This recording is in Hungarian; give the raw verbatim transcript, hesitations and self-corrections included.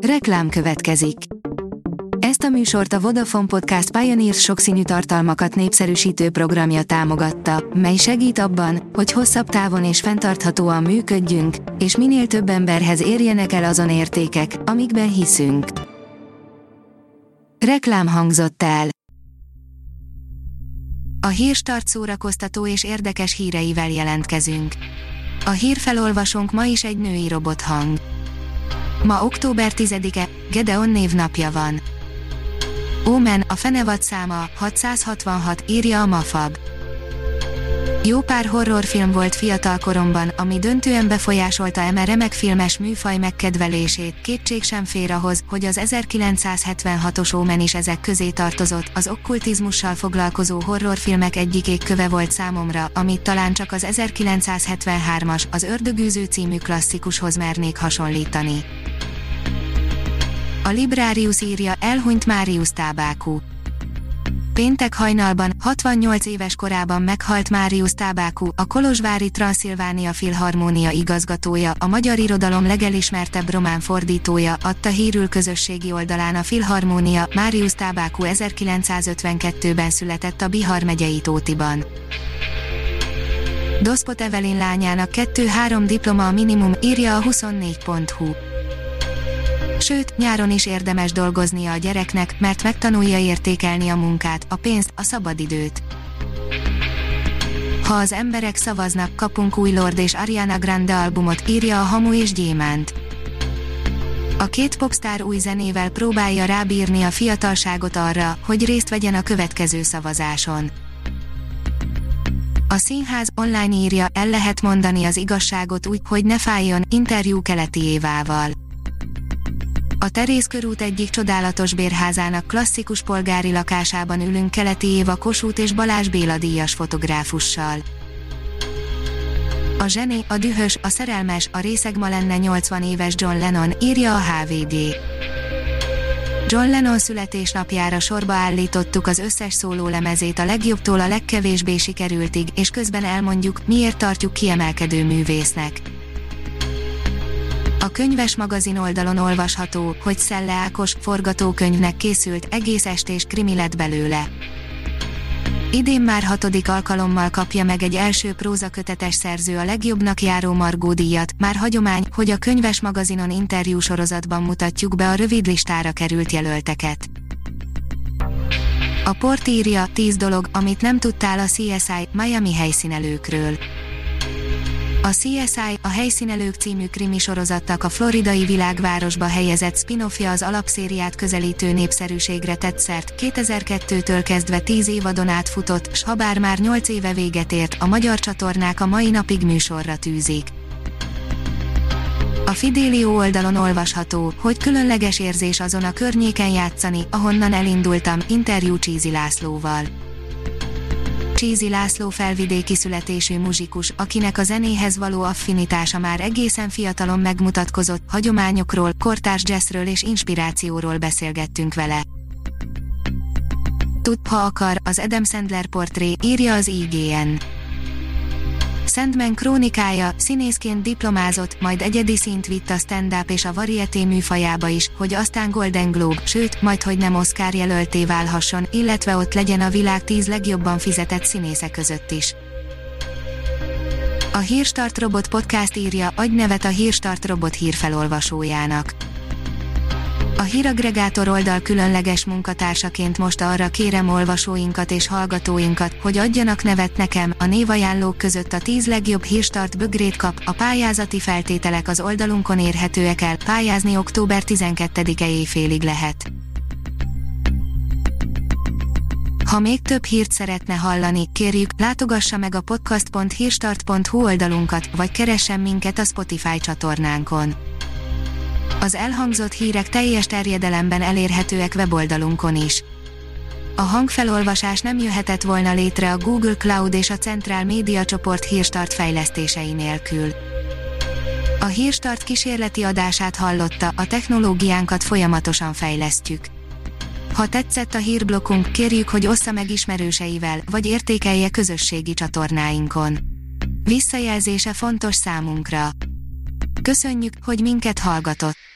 Reklám következik. Ezt a műsort a Vodafone Podcast Pioneers sokszínű tartalmakat népszerűsítő programja támogatta, mely segít abban, hogy hosszabb távon és fenntarthatóan működjünk, és minél több emberhez érjenek el azon értékek, amikben hiszünk. Reklám hangzott el. A Hírstart szórakoztató és érdekes híreivel jelentkezünk. A hírfelolvasónk ma is egy női robothang. Ma október tizedike, Gedeon névnapja van. Omen, a fenevad száma, hatszázhatvanhat, írja a Mafab. Jó pár horrorfilm volt fiatal koromban, ami döntően befolyásolta eme remek filmes műfaj megkedvelését, kétség sem fér ahhoz, hogy az ezerkilencszázhetvenhatos Omen is ezek közé tartozott, az okkultizmussal foglalkozó horrorfilmek egyikék köve volt számomra, amit talán csak az ezerkilencszázhetvenhármas, az Ördögűző című klasszikushoz mernék hasonlítani. A Librarius írja, elhunyt Marius Tábákú. Péntek hajnalban, hatvannyolc éves korában meghalt Marius Tábákú, a kolozsvári Transzilvánia Filharmónia igazgatója, a magyar irodalom legelismertebb román fordítója, adta hírül közösségi oldalán a Filharmónia. Marius Tábákú ezerkilencszázötvenkettőben született a Bihar megyei Tótiban. Doszpot Evelyn lányának kettő-három diploma a minimum, írja a huszonnégy pont hu. Sőt, nyáron is érdemes dolgoznia a gyereknek, mert megtanulja értékelni a munkát, a pénzt, a szabadidőt. Ha az emberek szavaznak, kapunk új Lord és Ariana Grande albumot, írja a Hamu és Gyémánt. A két popstar új zenével próbálja rábírni a fiatalságot arra, hogy részt vegyen a következő szavazáson. A Színház online írja, el lehet mondani az igazságot úgy, hogy ne fájjon, interjú Keleti Évával. A Teréz körút egyik csodálatos bérházának klasszikus polgári lakásában ülünk Keleti Éva Kossuth és Balázs Béla díjas fotográfussal. A zseni, a dühös, a szerelmes, a részeg ma lenne nyolcvan éves John Lennon, írja a há vé gé. John Lennon születésnapjára sorba állítottuk az összes szólólemezét a legjobbtól a legkevésbé sikerültig, és közben elmondjuk, miért tartjuk kiemelkedő művésznek. A Könyves magazin oldalon olvasható, hogy Szelle Ákos forgatókönyvnek készült, egész estés krimi lett belőle. Idén már hatodik alkalommal kapja meg egy első prózakötetes szerző a legjobbnak járó Margó díjat, már hagyomány, hogy a Könyves magazinon interjú sorozatban mutatjuk be a rövidlistára került jelölteket. A Port írja, tíz dolog, amit nem tudtál a cé es i Miami helyszínelőkről. A cé es i, a Helyszínelők című krimi sorozatnak a floridai világvárosba helyezett spin-offja az alapszériát közelítő népszerűségre tett szert, kétezer-kettőtől kezdve tíz évadon átfutott, s habár már nyolc éve véget ért, a magyar csatornák a mai napig műsorra tűzik. A Fidelio oldalon olvasható, hogy különleges érzés azon a környéken játszani, ahonnan elindultam, interjú Csízi Lászlóval. Csízi László felvidéki születésű muzsikus, akinek a zenéhez való affinitása már egészen fiatalon megmutatkozott, hagyományokról, kortárs jazzről és inspirációról beszélgettünk vele. Tud, ha akar, az Adam Sandler portré, írja az i gé en. Sandman krónikája, színészként diplomázott, majd egyedi színt vitt a stand-up és a varieté műfajába is, hogy aztán Golden Globe, sőt, majdhogy nem Oscar jelölté válhasson, illetve ott legyen a világ tíz legjobban fizetett színésze között is. A Hírstart Robot Podcast írja, adj nevet a Hírstart Robot hírfelolvasójának. A híraggregátor oldal különleges munkatársaként most arra kérem olvasóinkat és hallgatóinkat, hogy adjanak nevet nekem, a névajánlók között a tíz legjobb Hírstart bögrét kap, a pályázati feltételek az oldalunkon érhetőek el, pályázni október tizenkettedike éjfélig lehet. Ha még több hírt szeretne hallani, kérjük, látogassa meg a podcast pont hírstart pont hu oldalunkat, vagy keressen minket a Spotify csatornánkon. Az elhangzott hírek teljes terjedelemben elérhetőek weboldalunkon is. A hangfelolvasás nem jöhetett volna létre a Google Cloud és a Centrál Média csoport Hírstart fejlesztései nélkül. A Hírstart kísérleti adását hallotta, a technológiánkat folyamatosan fejlesztjük. Ha tetszett a hírblokkunk, kérjük, hogy ossza meg ismerőseivel, vagy értékelje közösségi csatornáinkon. Visszajelzése fontos számunkra. Köszönjük, hogy minket hallgatott!